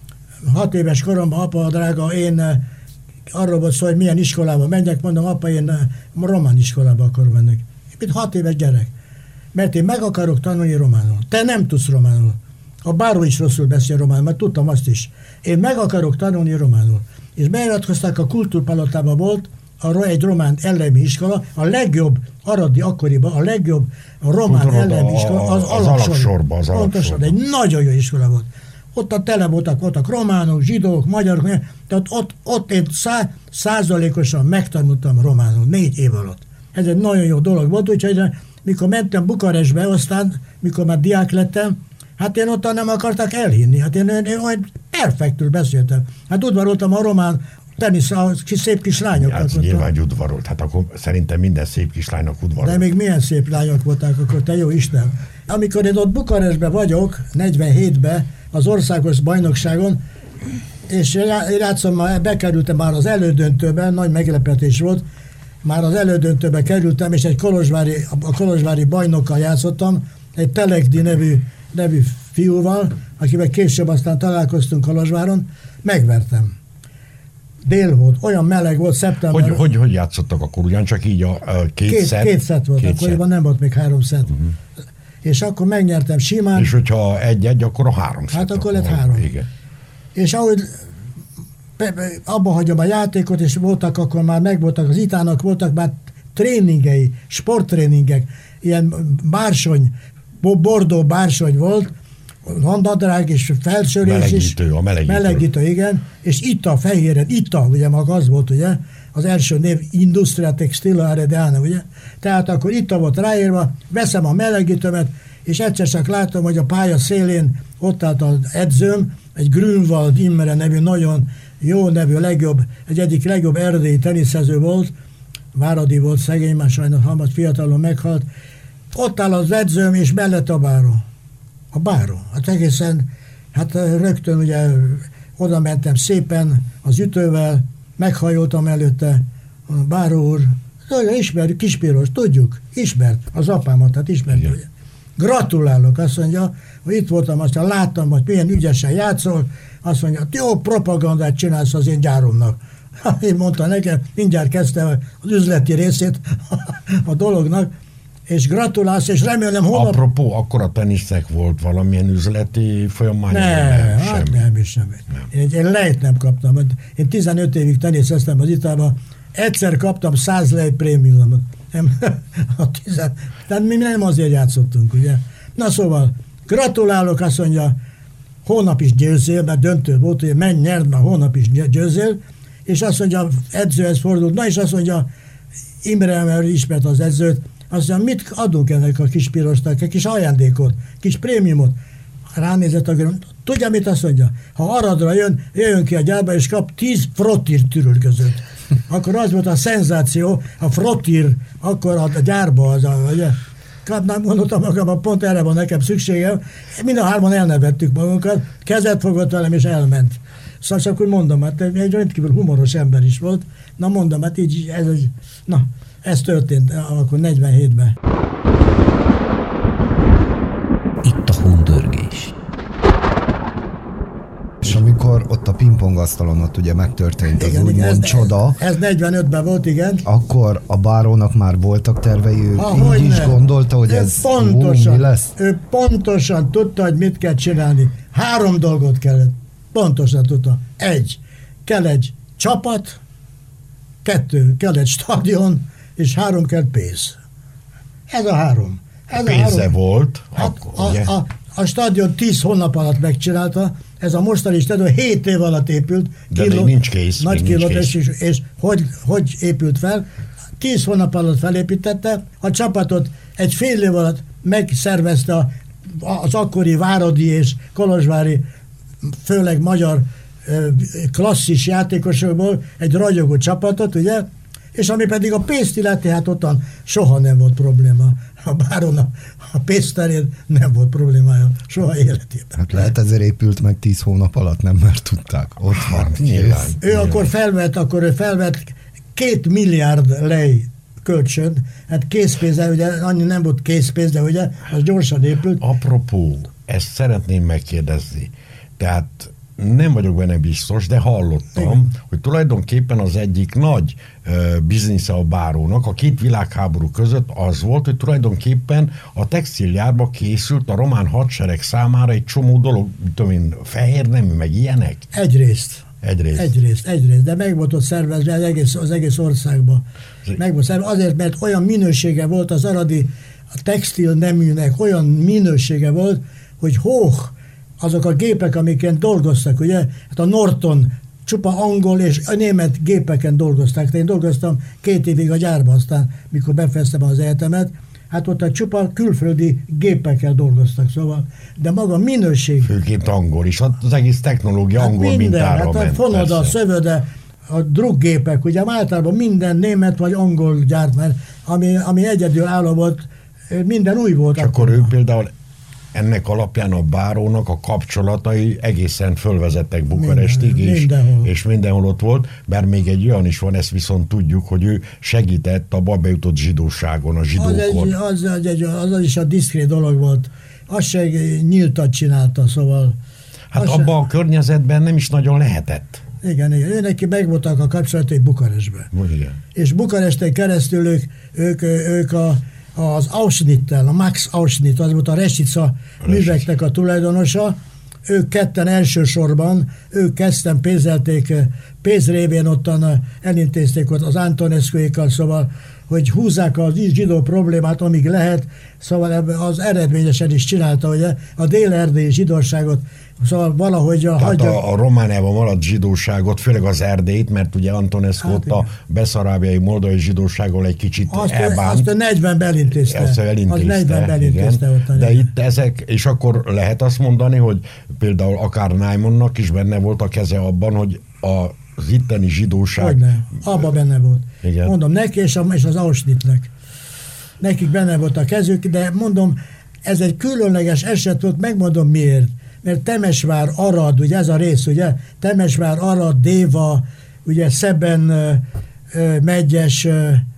hat éves koromban, apa drága, én arról volt szó, hogy milyen iskolába menjek, mondom, apa, én román iskolába akar mennek. Mint hat éves gyerek. Mert én meg akarok tanulni románul. Te nem tudsz románul. A báró is rosszul beszél románul, mert tudtam azt is. Én meg akarok tanulni románul. És beiratkozták, a Kultúrpalotába volt a, egy román elemi iskola, a legjobb, aradi akkoriban, a legjobb a román tudod, elemi iskola, az, az alaksorban. Az pontosan, egy nagyon jó iskola volt. Ott a tele voltak, voltak románok, zsidók, magyarok, tehát ott, ott én szá, százalékosan megtanultam románul, négy év alatt. Ez egy nagyon jó dolog volt, úgyhogy mikor mentem Bukarestbe, aztán, mikor már diák lettem, hát én ottan nem akartak elhinni. Hát én, én, én olyan perfektül beszéltem. Hát udvaroltam a román tenisz, a szép kis lányokat. Hát nyilván udvarolt. Hát akkor szerintem minden szép kislánynak udvarolt. De még milyen szép lányok voltak akkor, te jó Isten. Amikor én ott Bukarestben vagyok, negyvenhétben, az országos bajnokságon, és játszom, bekerültem már az elődöntőben, nagy meglepetés volt, már az elődöntőbe kerültem, és egy kolozsvári, a kolozsvári bajnokkal játszottam, egy Telekdi nevű, nevű fiúval, akivel később aztán találkoztunk Kolozsváron, megvertem. Dél volt, olyan meleg volt, szeptember. Hogy, hogy, hogy játszottak akkor? Ugyancsak így a, a két, két szett? Két szett volt, két akkoriban nem volt még három szett. Uh-huh. És akkor megnyertem simán. És hogyha egy-egy, akkor a három szett. Hát akkor lett három. Igen. És ahogy abba hagyom a játékot, és voltak akkor már megvoltak, az itának voltak már tréningei, sporttréningek, ilyen bársony, bordó bársony volt, nadrág és felsörés. Melegítő, a melegítő. Melegítő, igen, és itt a fehéren, itt a, ugye maga az volt, ugye, az első név Industria Textila Arediana, ugye, tehát akkor itt a volt ráírva, veszem a melegítőmet, és egyszer csak látom, hogy a pálya szélén ott állt az edzőm, egy Grünwald Imre nevű, nagyon jó nevű, legjobb, egy egyik legjobb erdélyi teniszező volt, Váradi volt szegény, már sajnos hamar fiatalon meghalt. Ott áll az edzőm, és mellett a báró. A báró. Hát egészen, hát rögtön ugye oda mentem szépen az ütővel, meghajoltam előtte, a báró úr, ismerjük, Kispiros, tudjuk, ismert az apámat, hát ismert, ugye. Gratulálok, azt mondja, hogy itt voltam, aztán láttam, hogy milyen ügyesen játszol, azt mondja, jó propagandát csinálsz az én gyáromnak. Én mondta nekem, mindjárt kezdte az üzleti részét a dolognak, és gratulálsz, és remélem holnap... Apropó, akkor a tenisznek volt valamilyen üzleti folyamány? Nem, nem, hát semmi. nem, is semmi. Nem. Én, én lejt nem kaptam. Én tizenöt évig teniszeztem az Itában, egyszer kaptam száz lej prémiumot. Nem, a tizen... Tehát mi nem azért játszottunk, ugye? Na szóval, gratulálok, azt mondja, holnap is győzél, mert döntő volt, hogy menj, nyerd, mert holnap is győzél, és azt mondja, edzőhez fordult, na és azt mondja, Imre, mert ismert az edzőt, azt mondja, mit adunk ennek a kis pirosnak, egy kis ajándékot, kis prémiumot. Ránézett a göröm, tudja, mit azt mondja? Ha Aradra jön, jöjjön ki a gyárba, és kap tíz frottír tűrül között. Akkor az volt a szenzáció, a frottír, akkor a gyárba az a, ugye? Nem gondoltam magamban, pont erre van nekem szükségem. Mind a hárman elnevettük magunkat, kezet fogott velem, és elment. Szóval csak úgy mondom, hát egy rendkívül humoros ember is volt. Na mondom, hát így, ez, ez, na, ez történt akkor negyvenhétben. Itt a Hundörgés. És amikor ott a pingpongasztalon ott ugye megtörtént az igen, úgymond ez, csoda. Ez negyvenötben volt, igen. Akkor a bárónak már voltak tervei, ő Ahogy így is nem. gondolta, hogy ő ez pontosan, ó, mi lesz? Ő pontosan tudta, hogy mit kell csinálni. Három dolgot kellett. Pontosan tudta. Egy, kell egy csapat, kettő, kell egy stadion, és három kell pénz. Ez a három. Ez Pénze a három. volt. Hát akkor, a, a, a stadion tíz hónap alatt megcsinálta, ez a mostani stadion hét év alatt épült. De kiló, még nincs kész. Nagy kilótes, és, és hogy, hogy épült fel? Tíz hónap alatt felépítette, a csapatot egy fél év alatt megszervezte az akkori váradi és kolozsvári, főleg magyar klasszis játékosokból egy ragyogó csapatot, ugye? És ami pedig a pénzt illeti, hát ottan soha nem volt probléma. A báron a, a pénzterén nem volt problémája soha életében. Hát lehet ezért épült meg tíz hónap alatt, nem, mert tudták. Ott van. Hát, nyilván. Ő nyilván. akkor felvett, akkor ő felvett két milliárd lej kölcsön, hát készpénzzel, ugye annyi nem volt készpénz, de ugye az gyorsan épült. Apropó, ezt szeretném megkérdezni. Tehát nem vagyok benne biztos, de hallottam, igen, hogy tulajdonképpen az egyik nagy uh, biznisze a bárónak a két világháború között az volt, hogy tulajdonképpen a textilgyárba készült a román hadsereg számára egy csomó dolog, tudom én, fehér nemű, meg ilyenek? Egyrészt. Egyrészt. Egyrészt, egyrészt, de meg volt ott szervezve az egész, az egész országban. Meg volt szervezve, azért, mert olyan minősége volt az aradi a textil neműnek, olyan minősége volt, hogy hóh, azok a gépek, amiken dolgoztak, ugye, hát a Norton csupa angol és a német gépeken dolgozták. Én dolgoztam két évig a gyárban, aztán mikor befejeztem az egyetemet, hát ott a csupa külföldi gépekkel dolgoztak, szóval, de maga minőség. Főként angol is, az egész technológia hát angol minden, mintára hát ment. a fonoda, a szövöde, a druggépek, ugye általában minden német vagy angol gyárt, mert ami, ami egyedül álló volt, minden új volt. És akkor ő például ennek alapján a bárónak a kapcsolatai egészen fölvezettek Bukarestig, Minden, és, mindenhol. és mindenhol ott volt, bár még egy olyan is van, ezt viszont tudjuk, hogy ő segített a bejutott zsidóságon, a zsidókon. Az, egy, az, egy, az, az is a diszkrét dolog volt. Azt se nyíltan csinálta, szóval... Hát abban se... a környezetben nem is nagyon lehetett. Igen, igen. Ő neki megvoltak a kapcsolatai Bukarestbe. Igen. És Bukaresten keresztül ők, ők, ők a, az Auschwitz-tel, a Max Auschwitz, az volt a Reszica műveknek a tulajdonosa, ők ketten elsősorban, ők kezdtem pénzelték, pénz révén ottan elintézték ott az Antonescu-ékkal, szóval, hogy húzzák a zsidó problémát, amíg lehet, szóval az eredményesen is csinálta, ugye, a dél-erdélyi zsidóságot, szóval valahogy a... Tehát hagyja... a, a Romániában maradt zsidóságot, főleg az Erdélyt, mert ugye Antonescu hát, ott a beszarábiai moldai zsidósággal egy kicsit azt, elbánt. Azt a negyvenben elintézte. Azt elintézte, az negyvenben elintézte ott. De itt ezek, és akkor lehet azt mondani, hogy például akár Naimonnak is benne volt a keze abban, hogy az itteni zsidóság... Hogyne, abban benne volt. Igen. Mondom, neki és, a, és az Auschwitznek. Nekik benne volt a kezük, de mondom, ez egy különleges eset volt, megmondom miért. Mert Temesvár, Arad, ugye ez a rész, ugye? Temesvár, Arad, Déva, ugye Szeben, Megyes,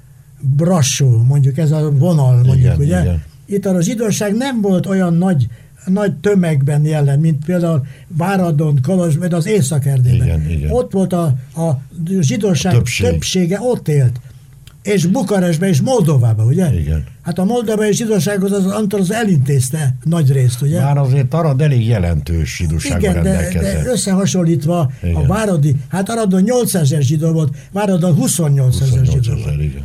Brassó, mondjuk ez a vonal, mondjuk, igen, ugye? Igen. Itt a zsidóság nem volt olyan nagy, nagy tömegben jelen, mint például Váradon, Kolozsvárban, az Észak-Erdélyben. Igen, igen. Ott volt a, a zsidóság Többség. többsége, ott élt. És Bukarestben és Moldovában, ugye? Igen. Hát a moldovai zsidóságot az Antal az elintézte nagy részt, ugye? Már azért Arad elég jelentős zsidósággal Igen, de, rendelkezett. de összehasonlítva igen. a Váradi, hát Aradon nyolcezer zsidó volt, Váradon huszonnyolcezer zsidó volt. Igen.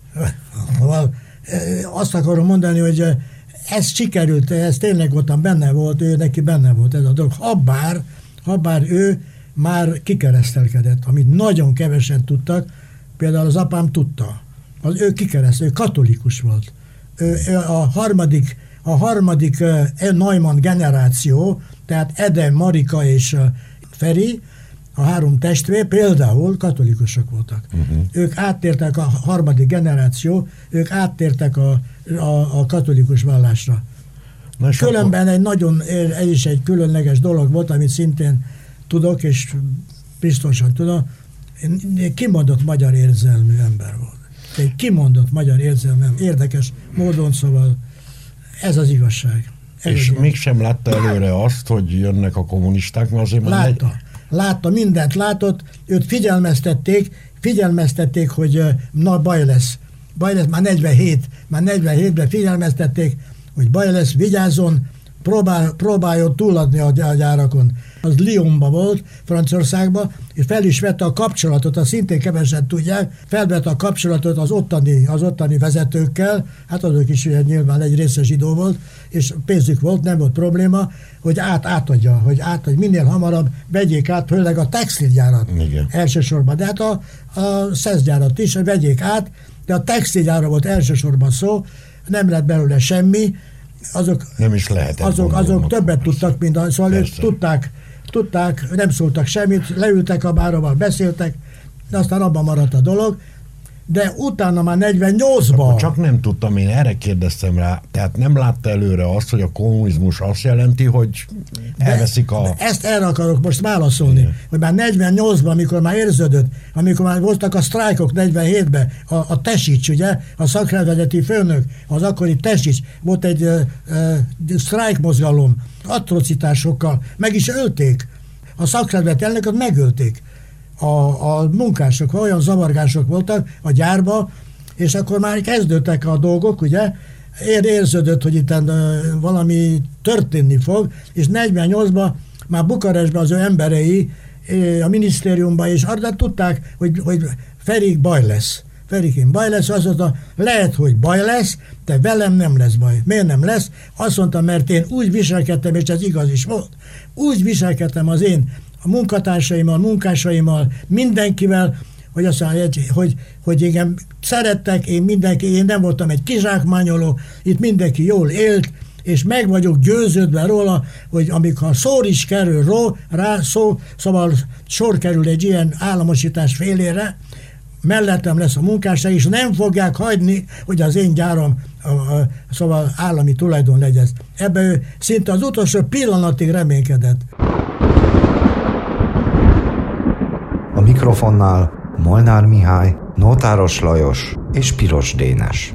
Szóval azt akarom mondani, hogy ez sikerült, ez tényleg ottan benne volt, ő neki benne volt ez a dolog. Habár, habár ő már kikeresztelkedett, amit nagyon kevesen tudtak, például az apám tudta. Az ő kikeresztel, ő katolikus volt. Ő, ő a harmadik, a harmadik uh, Neumann generáció, tehát Ede, Marika és uh, Feri, a három testvér például katolikusok voltak. Uh-huh. Ők áttértek a harmadik generáció, ők áttértek a, a, a katolikus vallásra. Különben akkor... egy nagyon, ez is egy különleges dolog volt, amit szintén tudok, és biztosan tudom, kimondott magyar érzelmű ember volt. Egy kimondott magyar érzelmű, érdekes módon, szóval ez az igazság. Ez és az mégsem látta előre azt, hogy jönnek a kommunisták, mert azért... Látta. Egy... Látta, mindent látott, őt figyelmeztették, figyelmeztették, hogy na baj lesz. Baj lesz, már negyvenhét, már negyvenhétben figyelmeztették, hogy baj lesz, vigyázzon, próbál, próbáljon túladni a gyárakon. Az Lyonban volt, Franciaországban, és fel is vette a kapcsolatot, azt szintén kevesen tudják, felvette a kapcsolatot az ottani, az ottani vezetőkkel, hát azok is ugye, nyilván egy része zsidó volt, és pénzük volt, nem volt probléma, hogy át, átadja, hogy átadja, minél hamarabb vegyék át, főleg a textilgyárat igen. elsősorban, de hát a, a szeszgyárat is, hogy vegyék át, de a textilgyára volt elsősorban szó, nem lett belőle semmi, azok, nem is lehetett azok, azok többet tudtak, mint a, szóval ők tudták, tudták, nem szóltak semmit, leültek a báróval, beszéltek, de aztán abban maradt a dolog, de utána már negyvennyolcban... Akkor csak nem tudtam, én erre kérdeztem rá, tehát nem látta előre azt, hogy a kommunizmus azt jelenti, hogy elveszik a... De ezt erre akarok most válaszolni, igen. Hogy már negyvennyolcban, amikor már érződött, amikor már voltak a sztrájkok negyvenhétben, a, a Tesics, ugye, a szakszervezeti főnök, az akkori Tesics, volt egy uh, uh, sztrájkmozgalom, atrocitásokkal, meg is ölték. A szakszervezeti elnököt megölték. A, a munkások, olyan zavargások voltak a gyárba, és akkor már kezdődtek a dolgok, ugye, ér, érződött, hogy itt valami történni fog, és negyvennyolcban már Bukarestben az ő emberei a minisztériumban is arra tudták, hogy, hogy Ferik baj lesz. Ferikén baj lesz, azt mondta, lehet, hogy baj lesz, de velem nem lesz baj. Miért nem lesz? Azt mondta, mert én úgy viselkedtem, és ez igaz is volt, úgy viselkedtem az én a munkatársaimmal, munkásaimmal, mindenkivel, hogy azt mondja, hogy, hogy, hogy igen, szerettek, én mindenki, én nem voltam egy kizsákmányoló, itt mindenki jól élt, és meg vagyok győződve róla, hogy amikor szó is kerül ró, rá szó, szóval sor kerül egy ilyen államosítás félére, mellettem lesz a munkásság, és nem fogják hagyni, hogy az én gyárom a, a, szóval állami tulajdon legyen. Ebben ő szinte az utolsó pillanatig reménykedett. A mikrofonnál Molnár Mihály, Nótáros Lajos és Piros Dénes.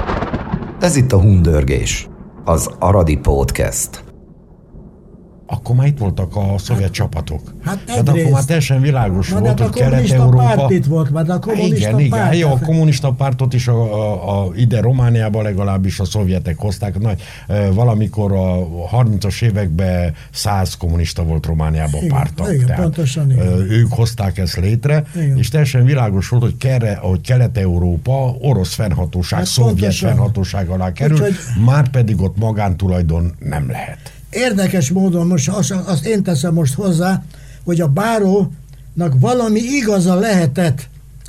Ez itt a Hundörgés, az Aradi Podcast. Akkor már itt voltak a szovjet hát, csapatok. Hát, hát akkor már teljesen világos hát volt, hogy Kelet-Európa... Párt itt volt, mert a kommunista igen, párt... Igen, igen, a kommunista pártot is a, a, a, ide Romániában legalábbis a szovjetek hozták. Nagy, valamikor a harmincas években száz kommunista volt Romániában pártag. Igen, tehát pontosan, igen. Ők hozták ezt létre, igen. És teljesen világos volt, hogy, kere, hogy Kelet-Európa orosz fennhatóság, hát szovjet pontosan. Fennhatóság alá kerül, úgy, hogy... már pedig ott magántulajdon nem lehet. Érdekes módon most azt, azt én teszem most hozzá, hogy a bárónak valami igaza lehetett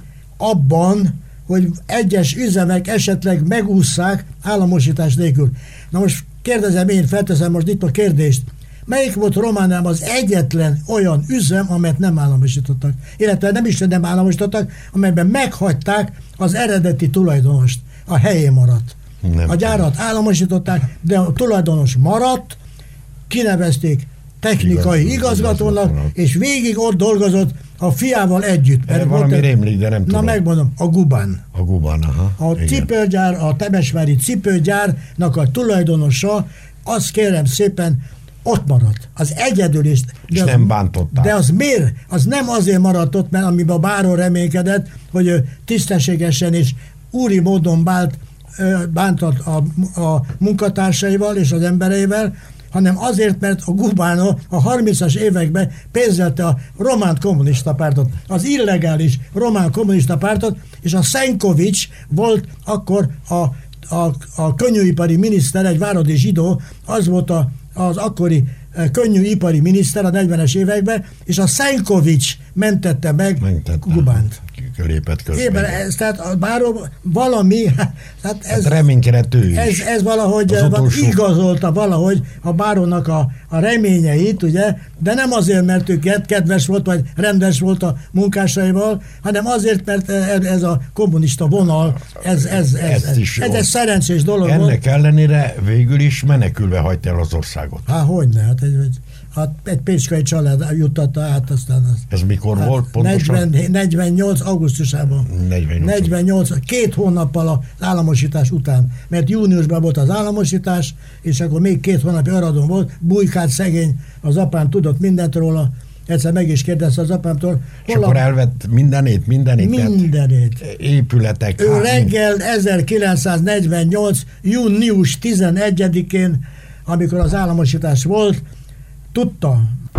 abban, hogy egyes üzemek esetleg megússzák államosítás nélkül. Na most kérdezem én, felteszem most itt a kérdést. Melyik volt Romániában az egyetlen olyan üzem, amelyet nem államosítottak? Illetve nem is nem államosítottak, amelyben meghagyták az eredeti tulajdonost. A helyén maradt. Nem a gyárat államosították, de a tulajdonos maradt, kinevezték technikai Igaz, igazgatónak, igazgatónak, és végig ott dolgozott a fiával együtt. Mert valami rémlik, de nem na tudom. Na megmondom, a Gubán. A Gubán, aha. A igen. cipőgyár, a temesvári cipőgyárnak a tulajdonosa, azt kérem szépen, ott maradt. Az egyedül is. És az, nem bántották. De az miért? Az nem azért maradt ott, mert amiben a báró reménykedett, hogy ő tisztességesen és úri módon bánt, bántott a, a munkatársaival és az embereivel, hanem azért, mert a Gubánó a harmincas években pénzelte a román kommunista pártot, az illegális román kommunista pártot, és a Szenkovics volt akkor a, a, a könnyűipari miniszter, egy váradi zsidó, az volt a, az akkori könnyűipari miniszter a negyvenes években, és a Szenkovics mentette meg Mentette. Gubánt. Lépett közben. Éppen ez, tehát báró valami, tehát ez, hát reménykedett ő is. Ez, ez valahogy utolsó... igazolta valahogy a bárónak a, a reményeit, ugye, de nem azért, mert ő kedves volt, vagy rendes volt a munkásaival, hanem azért, mert ez a kommunista vonal, ez, ez, ez, ez, ez, ez egy szerencsés dolog ennek volt. Ennek ellenére végül is menekülve hagyta el az országot. Há, hogyne, hát egy, egy, hát egy pécskai család juttatta át, aztán az, ez mikor hát volt pontosan? negyven, negyvennyolc augusztusában. negyvennyolc. negyvennyolc, két hónappal az államosítás után, mert júniusban volt az államosítás, és akkor még két hónapi Aradon volt, bujkált szegény, az apám tudott mindent róla, egyszer meg is kérdezte az apámtól. És akkor elvett mindenét, mindenét? Mindenét. Épületek. Ő reggel ezerkilencszáznegyvennyolc. június tizenegyedikén, amikor az államosítás volt, tudta.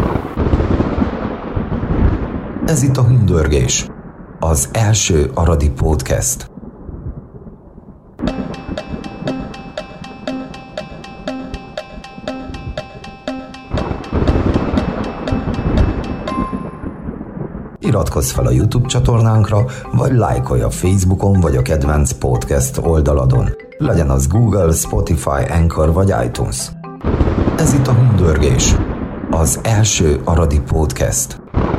Ez itt a Hundörgés, az első aradi podcast. Iratkozz fel a YouTube csatornánkra, vagy lájkolj a Facebookon vagy a kedvenc podcast oldaladon. Legyen az Google, Spotify, Anchor vagy iTunes. Ez itt a Hundörgés, az első aradi podcast.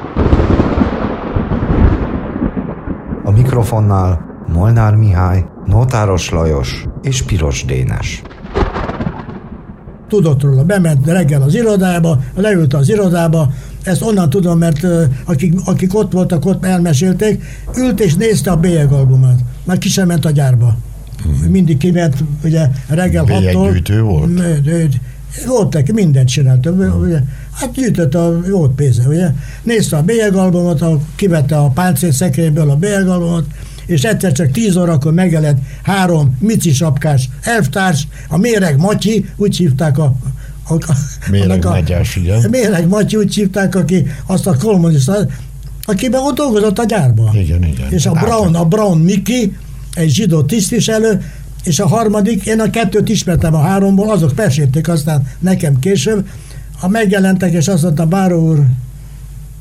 A mikrofonnál Molnár Mihály, Nótáros Lajos és Piros Dénes. Tudott róla, bement reggel az irodába, leült az irodába, ezt onnan tudom, mert uh, akik, akik ott voltak, ott elmesélték, ült és nézte a bélyegalbumát. Már ki sem ment a gyárba. Hmm. Mindig kiment, ugye reggel hattól. Bélyeggyűjtő volt? Volt neki, mindent csinálta. Hmm. Hát gyűjtött a volt pénze, ugye. Nézte a bélyegalbumot, kivette a páncél szekrényből a bélyegalbumot, és egyszer csak tíz órakor megjelent három mici sapkás elvtárs, a Méreg Matyi, úgy hívták a A, a, Méreg Matyás, igen. Méreg Matyi, úgy hívták, aki azt a kommunista, akiben ott dolgozott a gyárban. Igen, igen. És a Brown, a Brown Miki, egy zsidó tisztviselő, és a harmadik, én a kettőt ismertem a háromból, azok mesélték aztán nekem később, ha megjelentek, és azt mondta, báró úr,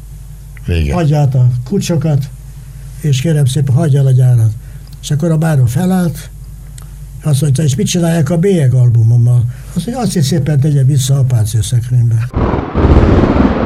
Vége. Hagyja át a kulcsokat, és kérem szépen, hagyja el a gyárat. És akkor a báró felállt, azt mondta, és mit csinálják a bélyeg albumommal? Azt mondja, azt szépen tegye vissza a páncélszekrénybe.